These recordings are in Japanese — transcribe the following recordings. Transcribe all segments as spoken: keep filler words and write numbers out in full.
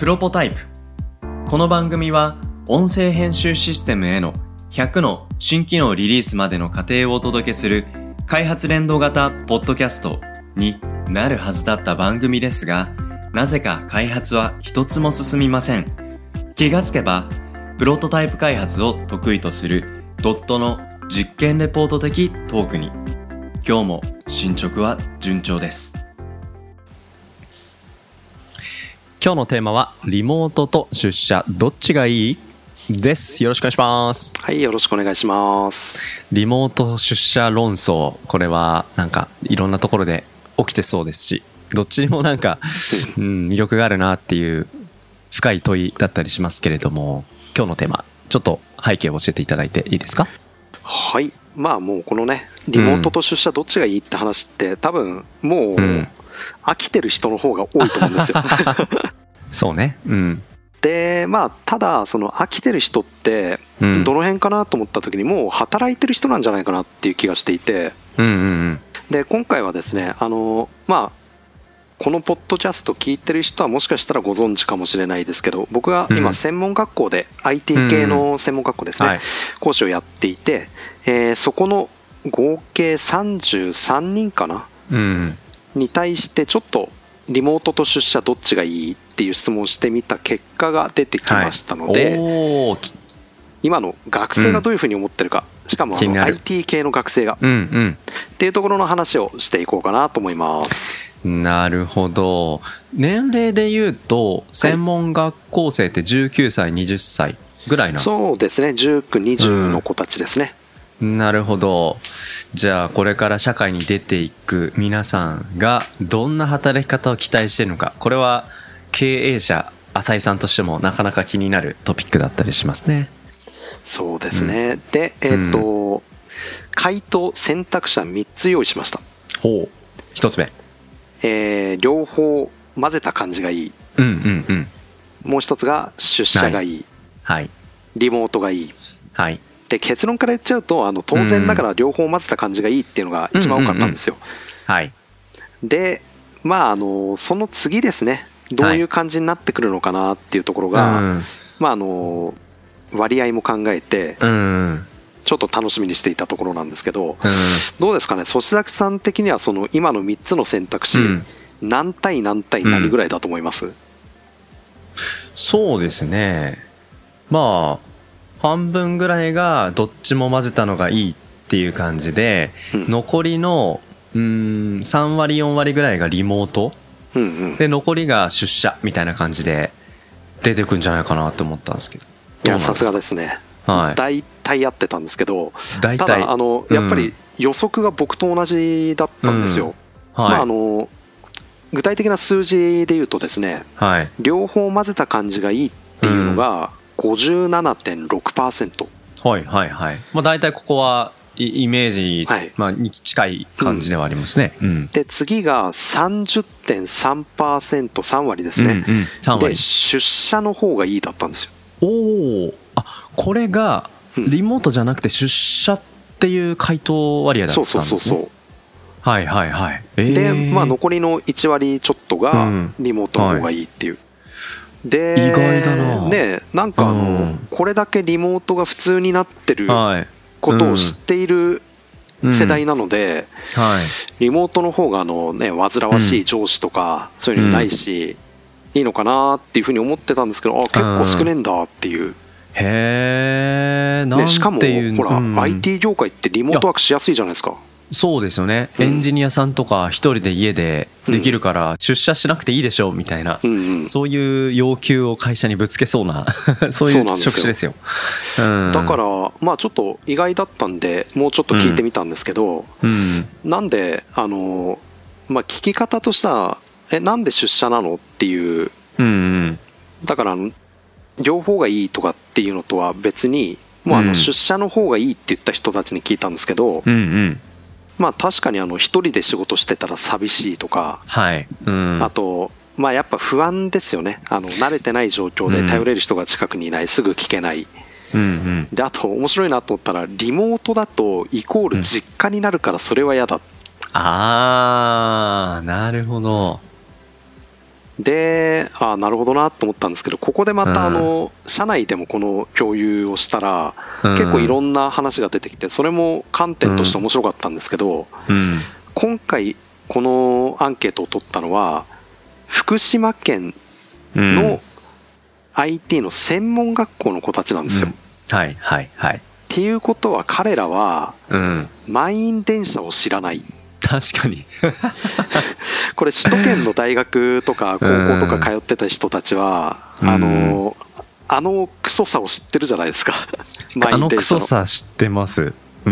プロポタイプ。この番組は音声編集システムへのひゃくの新機能リリースまでの過程をお届けする開発連動型ポッドキャストになるはずだった番組ですが、なぜか開発は一つも進みません。気がつけばプロトタイプ開発を得意とするドットの実験レポート的トークに、今日も進捗は順調です。今日のテーマはリモートと出社どっちがいいです。よろしくお願いします。 はい、よろしくお願いします。 リモート出社論争、これはなんかいろんなところで起きてそうですし、どっちにもなんか、うん、魅力があるなっていう深い問いだったりしますけれども、今日のテーマちょっと背景を教えていただいていいですか？ はい、まあもうこのねリモートと出社どっちがいいって話って、うん、多分もう、うん、飽きてる人の方が多いと思うんですよそうね、うん、 でまあただその飽きてる人ってどの辺かなと思った時に、もう働いてる人なんじゃないかなっていう気がしていて、 うんうんうん、で今回はですね、あのまあこのポッドキャスト聞いてる人はもしかしたらご存知かもしれないですけど、僕が今専門学校で アイティー 系の専門学校ですね、うんうん、講師をやっていて、えー、そこの合計さんじゅうさんにんかな、うん、に対してちょっとリモートと出社どっちがいいっていう質問をしてみた結果が出てきましたので、はい、今の学生がどういうふうに思ってるか、うん、しかもあの アイティー 系の学生が、うんうん、っていうところの話をしていこうかなと思います。 なるほど。年齢で言うと専門学校生ってじゅうきゅうさい、はたちぐらいな、 そうですね、じゅうきゅう、にじゅうの子たちですね、 うん、なるほど。じゃあこれから社会に出ていく皆さんがどんな働き方を期待しているのか、これは経営者浅井さんとしてもなかなか気になるトピックだったりしますね。 そうですね、うん、でえー、っと、うん、回答選択肢はみっつ用意しました。 ほう。ひとつめ、 えー、両方混ぜた感じがいい、うんうんうん、もう一つが出社がいい、はい、リモートがいい、はい、で結論から言っちゃうと、あの当然だから両方混ぜた感じがいいっていうのが一番多かったんですよ、うんうんうん、はい、でまああのその次ですね、どういう感じになってくるのかなっていうところが、はい、まああの割合も考えて、うんうん、ちょっと楽しみにしていたところなんですけど、うん、どうですかね、粗崎さん的にはその今のみっつの選択肢、うん、何対何対何ぐらいだと思います？うん、 そうですね、まあ半分ぐらいがどっちも混ぜたのがいいっていう感じで、うん、残りのうーんさんわりよんわりぐらいがリモート、うんうん、で残りが出社みたいな感じで出てくんじゃないかなと思ったんですけど。 いや、さすがですね、はい、大体合ってたんですけど、 大体ただあのやっぱり予測が僕と同じだったんですよ、うん、はい、まあ、あの具体的な数字で言うとですね、はい、両方混ぜた感じがいいっていうのが ごじゅうななてんろくパーセント、 うん、はいはいはい、まあ、大体ここはイメージ、はい、まあ、に近い感じではありますね、うんうん、 で次が さんじゅってんさんパーセント、さんわりですね、うんうん、さんわりで出社の方がいいだったんですよ。 おお、あ、これがリモートじゃなくて出社っていう回答割合だったんですね。そうそうそうそう、はいはいはい、えー、 で、まあ、残りのいちわりちょっとがリモートの方がいいっていう、うん、で意外だな、 ね、なんかあの、うん、これだけリモートが普通になってることを知っている世代なので、うんうん、はい、リモートの方があの、ね、煩わしい上司とかそういうのないし、うん、いいのかなっていうふうに思ってたんですけど、あ、結構少ねえんだっていう、うん、 へー、なんていう、 しかもほら、うん、アイティー 業界ってリモートワークしやすいじゃないですか。 そうですよね、エンジニアさんとか一人で家でできるから出社しなくていいでしょみたいな、うんうん、そういう要求を会社にぶつけそうなそういう職種ですよ。 うん、だからまあちょっと意外だったんでもうちょっと聞いてみたんですけど、うん、なんであの、まあ、聞き方としてはえなんで出社なのっていう、うんうん、だから両方がいいとかっていうのとは別にもうあの出社の方がいいって言った人たちに聞いたんですけど、うんうん、まあ確かにあの一人で仕事してたら寂しいとか、はい、うん、あとまあやっぱ不安ですよね、あの慣れてない状況で頼れる人が近くにいない、すぐ聞けない、うんうん、であと面白いなと思ったらリモートだとイコール実家になるからそれは嫌だ、うん、 あー、なるほど。 で、あなるほどなと思ったんですけど、ここでまたあの、うん、社内でもこの共有をしたら、うん、結構いろんな話が出てきて、それも観点として面白かったんですけど、うん、今回このアンケートを取ったのは福島県の アイティー の専門学校の子たちなんですよ、 うん、はいはいはい。 っていうことは彼らは、うん、満員電車を知らない。 確かにこれ首都圏の大学とか高校とか通ってた人たちは、うん、あのあのクソさを知ってるじゃないですかあのクソさ知ってます、うん、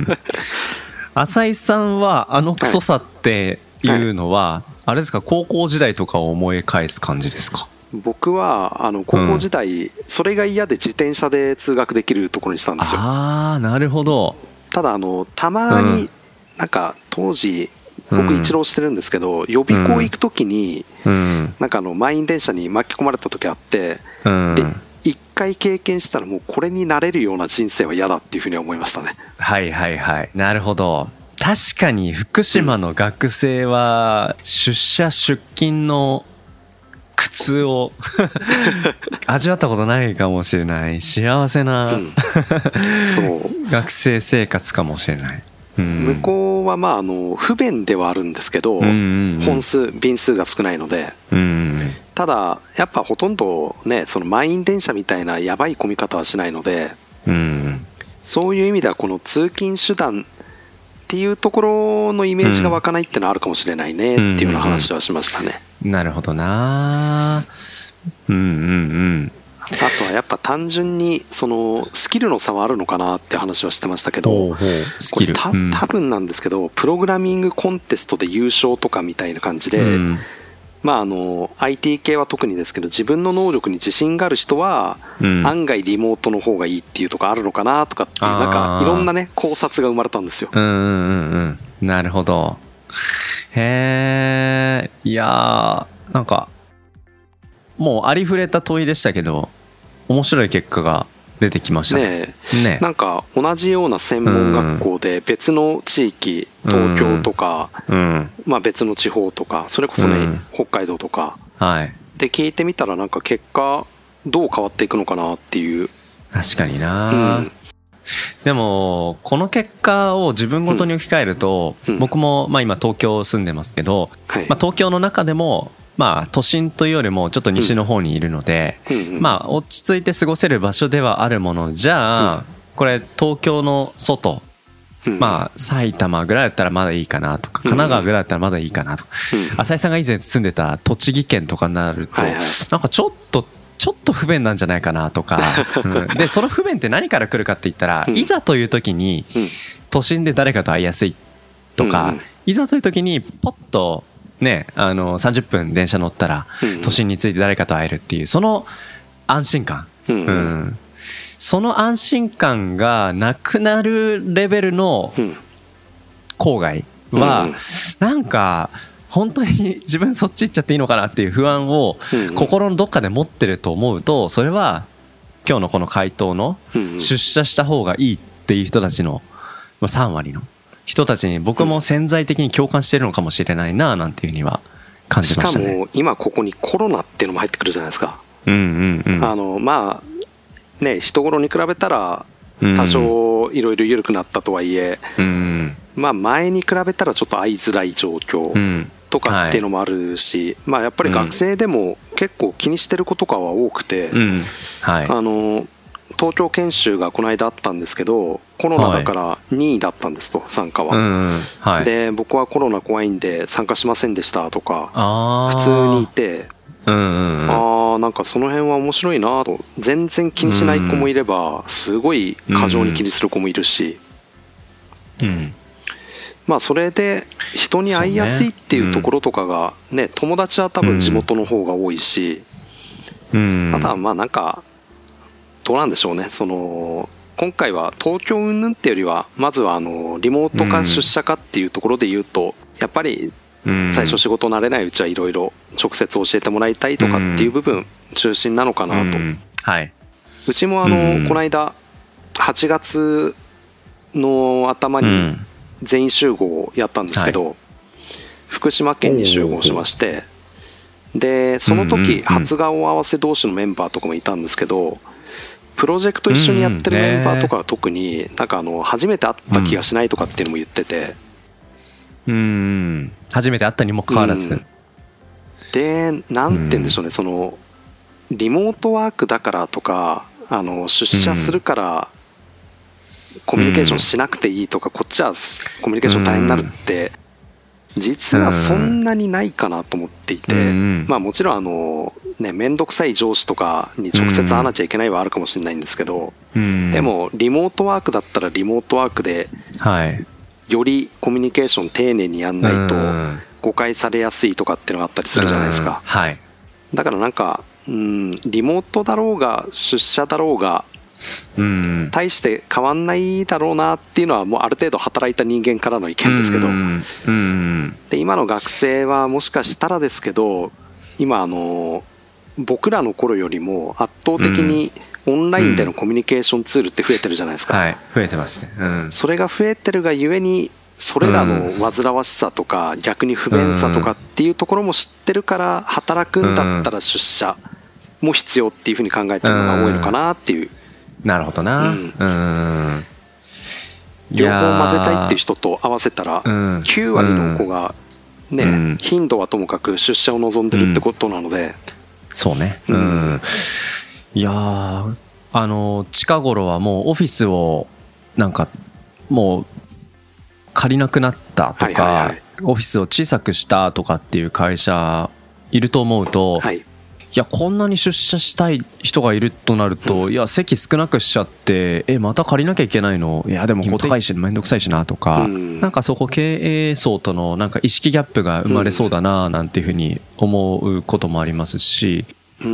浅井さんはあのクソさっていうのは、はいはい、あれですか、高校時代とかを思い返す感じですか？ 僕はあの高校時代、うん、それが嫌で自転車で通学できるところにしたんですよ。 ああ、なるほど。 ただあのたまに、うん、なんか当時僕一浪してるんですけど、うん、予備校行く時に、うん、なんかあの満員電車に巻き込まれた時あって、うん、で一回経験したらもうこれになれるような人生は嫌だっていうふうに思いましたね。 はいはいはい、なるほど。確かに福島の学生は出社出勤の苦痛を味わったことないかもしれない。幸せな、うん、そう学生生活かもしれない。うん、 向こうはまああの不便ではあるんですけど、うんうんうん、本数便数が少ないので、うんうん、ただやっぱほとんどね、その満員電車みたいなやばい混み方はしないので、うん、そういう意味ではこの通勤手段っていうところのイメージが湧かないっていうのはあるかもしれないねっていうような話はしましたね、 うんうんうん、なるほどな。うんうんうん。 あとはやっぱ単純にそのスキルの差はあるのかなって話はしてましたけど、スキル、これ多分なんですけど、プログラミングコンテストで優勝とかみたいな感じで、うん、まああの アイティー 系は特にですけど、自分の能力に自信がある人は案外リモートの方がいいっていうとこあるのかなとかっていう、なんかいろんなね考察が生まれたんですよ。 うんうんうんうん、なるほど。へえ、いやー、なんかもうありふれた問いでしたけど面白い結果が出てきましたね。 ね, ねなんか同じような専門学校で別の地域、うん、東京とか、うんまあ、別の地方とかそれこそね、うん、北海道とか、はい、で聞いてみたらなんか結果どう変わっていくのかなっていう。 確かにな、うん、でもこの結果を自分ごとに置き換えると、うん、僕もまあ今東京住んでますけど、はいまあ、東京の中でもまあ都心というよりもちょっと西の方にいるので、まあ落ち着いて過ごせる場所ではあるもの、じゃあこれ東京の外、まあ埼玉ぐらいだったらまだいいかなとか、神奈川ぐらいだったらまだいいかなとか、浅井さんが以前住んでた栃木県とかになるとなんかちょっとちょっと不便なんじゃないかなとか、でその不便って何から来るかって言ったら、いざという時に都心で誰かと会いやすいとか、いざという時にポッとね、あのさんじゅっぷん電車乗ったら都心に着いて誰かと会えるっていうその安心感、うんうん、その安心感がなくなるレベルの郊外はなんか本当に自分そっち行っちゃっていいのかなっていう不安を心のどっかで持ってると思うと、それは今日のこの回答の出社した方がいいっていう人たちのさん割の人たちに僕も潜在的に共感してるのかもしれないななんていうふうには感じましたね。 しかも今ここにコロナっていうのも入ってくるじゃないですか。うんうんうん、あのまあね人頃に比べたら多少いろいろ緩くなったとはいえ、うん、まあ前に比べたらちょっと会いづらい状況とかっていうのもあるし、はい、まあやっぱり学生でも結構気にしてる子とかは多くて、うんはい、あの東京研修がこの間あったんですけどコロナだからにいだったんですと参加は、うんはい、で僕はコロナ怖いんで参加しませんでしたとか普通にいて、うんうんうん、ああなんかその辺は面白いなと。全然気にしない子もいればすごい過剰に気にする子もいるし、うん、まあそれで人に会いやすいっていうところとかがね、友達は多分地元の方が多いし、うん、あとはまあなんかどうなんでしょうね、その今回は東京云々っていうよりはまずはあのリモートか出社かっていうところで言うとやっぱり最初仕事慣れないうちはいろいろ直接教えてもらいたいとかっていう部分中心なのかなと、はい、うちもあのこの間はちがつの頭に全員集合をやったんですけど福島県に集合しまして、 でその時初顔合わせ同士のメンバーとかもいたんですけど、プロジェクト一緒にやってるメンバーとかは特になんかあの初めて会った気がしないとかっていうのも言ってて、 うん、うん初めて会ったにもかかわらず、うん、 でなんて言うんでしょうね、そのリモートワークだからとかあの出社するからコミュニケーションしなくていいとか、こっちはコミュニケーション大変になるって実はそんなにないかなと思っていて、まあもちろんあのね面倒くさい上司とかに直接会わなきゃいけないはあるかもしれないんですけど、でもリモートワークだったらリモートワークでよりコミュニケーション丁寧にやんないと誤解されやすいとかっていうのがあったりするじゃないですか。だからなんかうんリモートだろうが出社だろうが大して変わんないだろうなっていうのはもうある程度働いた人間からの意見ですけど、で今の学生はもしかしたらですけど今あの僕らの頃よりも圧倒的にオンラインでのコミュニケーションツールって増えてるじゃないですか、 はい増えてますね、うん、 それが増えてるがゆえにそれらの煩わしさとか逆に不便さとかっていうところも知ってるから働くんだったら出社も必要っていうふうに考えてるのが多いのかなっていう。 なるほどな、うん、うん両方混ぜたいっていう人と合わせたらきゅうわりの子がね、うん、頻度はともかく出社を望んでるってことなので、うん、 そうね、うんうん、いやあの近頃はもうオフィスをなんかもう借りなくなったとか、はいはいはい、オフィスを小さくしたとかっていう会社いると思うと、はい、いやこんなに出社したい人がいるとなると、うん、いや席少なくしちゃってえまた借りなきゃいけないの、いやでも高いし面倒くさいしなとか、うん、なんかそこ経営層とのなんか意識ギャップが生まれそうだななんていうふうに思うこともありますし、うん、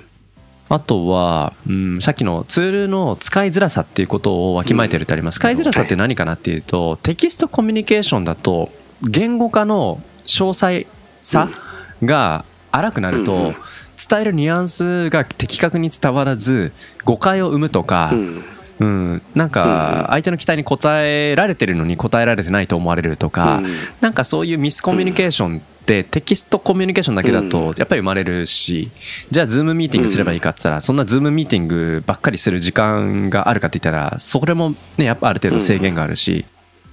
あとは、うん、さっきのツールの使いづらさっていうことをわきまえてるってありますけど、うん、使いづらさって何かなっていうと、テキストコミュニケーションだと言語化の詳細さが荒くなると伝えるニュアンスが的確に伝わらず誤解を生むとか、うん、なんか相手の期待に応えられてるのに応えられてないと思われるとか、なんかそういうミスコミュニケーションってテキストコミュニケーションだけだとやっぱり生まれるし、じゃあズームミーティングすればいいかって言ったらそんなズームミーティングばっかりする時間があるかって言ったらそれもねやっぱある程度制限があるし、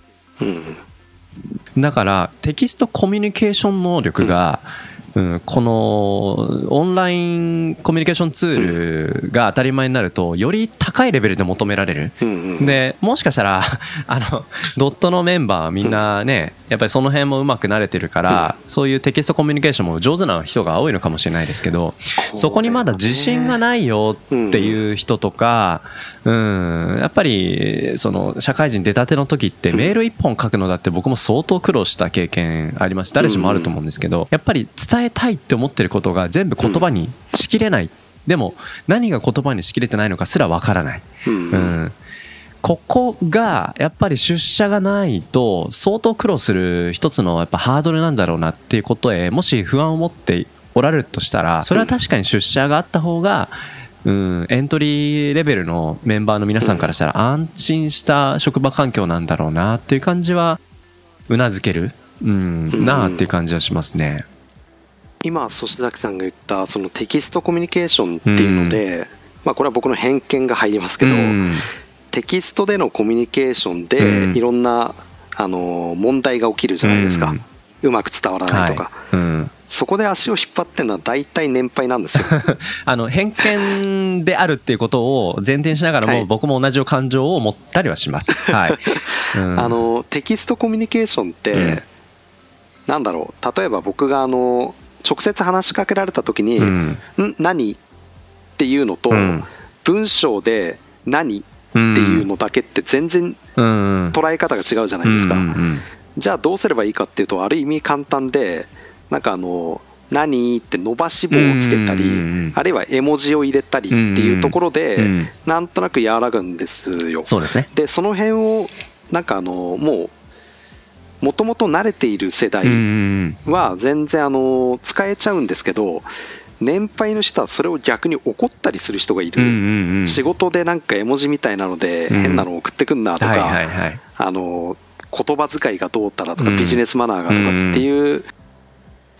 だからテキストコミュニケーション能力がうん、このオンラインコミュニケーションツールが当たり前になるとより高いレベルで求められる、でもしかしたらあのドットのメンバーはみんなねやっぱりその辺もうまくなれてるからそういうテキストコミュニケーションも上手な人が多いのかもしれないですけど、そこにまだ自信がないよっていう人とか、うん、やっぱりその社会人出たての時ってメールいっぽん書くのだって僕も相当苦労した経験あります。誰しもあると思うんですけど、やっぱり伝えたいって思ってることが全部言葉にしきれない、でも何が言葉にしきれてないのかすらわからない、うん、ここがやっぱり出社がないと相当苦労する一つのやっぱハードルなんだろうなっていうことへもし不安を持っておられるとしたら、それは確かに出社があった方がうん、エントリーレベルのメンバーの皆さんからしたら安心した職場環境なんだろうなっていう感じはうなずける、うん、なあっていう感じはしますね。 今粗志崎さんが言ったそのテキストコミュニケーションっていうので、うん、まあこれは僕の偏見が入りますけど、うん、テキストでのコミュニケーションでいろんな、あの問題が起きるじゃないですか、うん、うまく伝わらないとか、はい、うん、そこで足を引っ張ってるのは大体年配なんですよあの偏見であるっていうことを前提にしながらも、はい、僕も同じ感情を持ったりはします、はい、 うん、あのテキストコミュニケーションって、うん、なんだろう、例えば僕があの直接話しかけられた時に、うん、ん何っていうのと、うん、文章で何っていうのだけって全然捉え方が違うじゃないですか、うんうんうん、じゃあどうすればいいかっていうとある意味簡単で、なんかあの何って伸ばし棒をつけたり、うんうんうん、あるいは絵文字を入れたりっていうところで、うんうん、なんとなく和らぐんですよ。 そうですね。 でその辺をなんかあのもうもともと慣れている世代は全然あの使えちゃうんですけど、年配の人はそれを逆に怒ったりする人がいる、うんうんうん、仕事でなんか絵文字みたいなので変なの送ってくんなとか、うんはいはいはい、あの言葉遣いがどうたらとか、うん、ビジネスマナーがとかっていう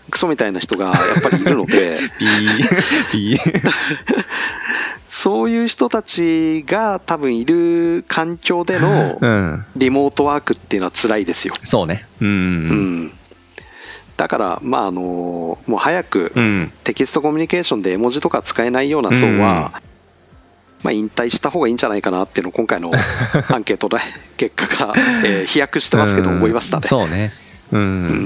クソみたいな人がやっぱりいるのでピーピーそういう人たちが多分いる環境でのリモートワークっていうのは辛いですよ。 そうね。うん、うん、 だからまああのもう早くテキストコミュニケーションで絵文字とか使えないような層はまあ引退した方がいいんじゃないかなっていうのを今回のアンケートで結果がえ飛躍してますけど思いましたね。 そうね。うん、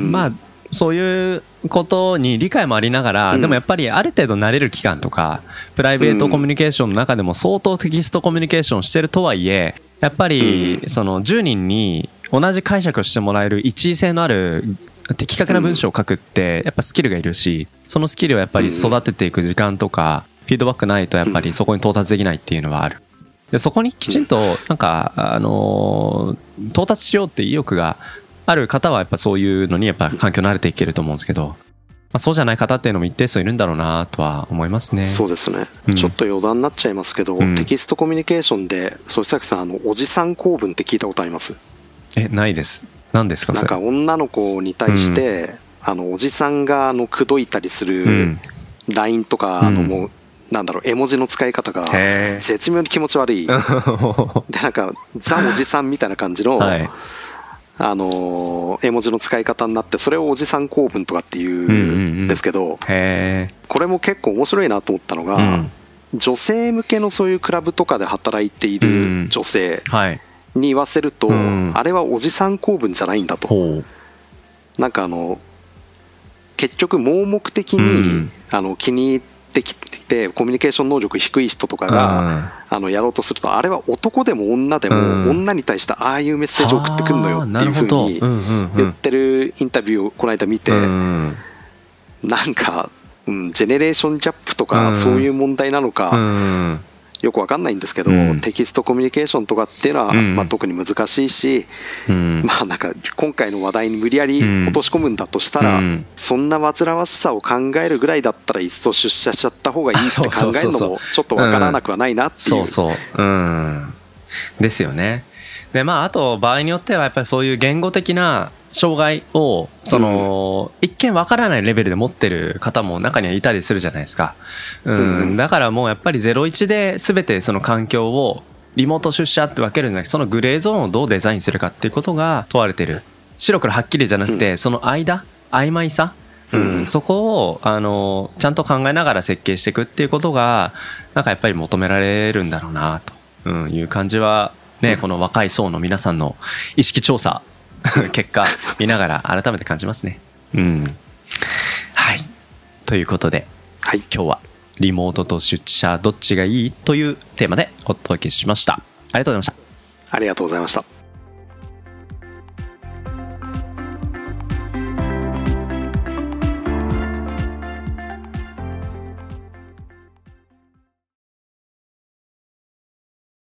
まあそういうことに理解もありながら、でもやっぱりある程度慣れる期間とかプライベートコミュニケーションの中でも相当テキストコミュニケーションしてるとはいえ、やっぱりそのじゅうにんに同じ解釈をしてもらえる一位性のある的確な文章を書くってやっぱスキルがいるし、そのスキルをやっぱり育てていく時間とかフィードバックないとやっぱりそこに到達できないっていうのはある。でそこにきちんとなんかあの到達しようっていう意欲がある方はやっぱそういうのにやっぱ環境慣れていけると思うんですけど、まあ、そうじゃない方っていうのも一定数いるんだろうなとは思いますね。 そうですね、うん、ちょっと余談になっちゃいますけど、うん、テキストコミュニケーションで曽崎さんあのおじさん構文って聞いたことあります？ えないです。何ですかそれ？ なんか女の子に対して、うん、あのおじさんがあの口説いたりする ライン とか、うん、あのもうなんだろう絵文字の使い方が絶妙に気持ち悪いでなんかザおじさんみたいな感じの、はいあの絵文字の使い方になって、それをおじさん構文とかっていうんですけど、うんうんうん、へこれも結構面白いなと思ったのが、うん、女性向けのそういうクラブとかで働いている女性に言わせると、うんはい、あれはおじさん構文じゃないんだと、うん、なんかあの結局盲目的に、うん、あの気に入ってできてコミュニケーション能力低い人とかがあのやろうとすると、あれは男でも女でも女に対してああいうメッセージを送ってくるのよっていうふうに言ってるインタビューをこの間見て、なんかジェネレーションギャップとかそういう問題なのかよく分かんないんですけど、テキストコミュニケーションとかっていうのはまあ特に難しいし、まあなんか今回の話題に無理やり落とし込むんだとしたら、そんな煩わしさを考えるぐらいだったらいっそ出社しちゃった方がいいって考えるのもちょっと分からなくはないなっていう。 そうそううんですよね。でまああと場合によってはやっぱりそういう言語的な障害をその一見わからないレベルで持ってる方も中にはいたりするじゃないですか。うんだからもうやっぱりゼロイチで全てその環境をリモート出社って分けるんじゃなくて、そのグレーゾーンをどうデザインするかっていうことが問われてる。白黒はっきりじゃなくてその間曖昧さ、うん、そこをあのちゃんと考えながら設計していくっていうことがなんかやっぱり求められるんだろうなという感じはね、この若い層の皆さんの意識調査結果見ながら改めて感じますね。うん、はいということで、はい、今日はリモートと出社どっちがいいというテーマでお届けしました。ありがとうございました。 ありがとうございました。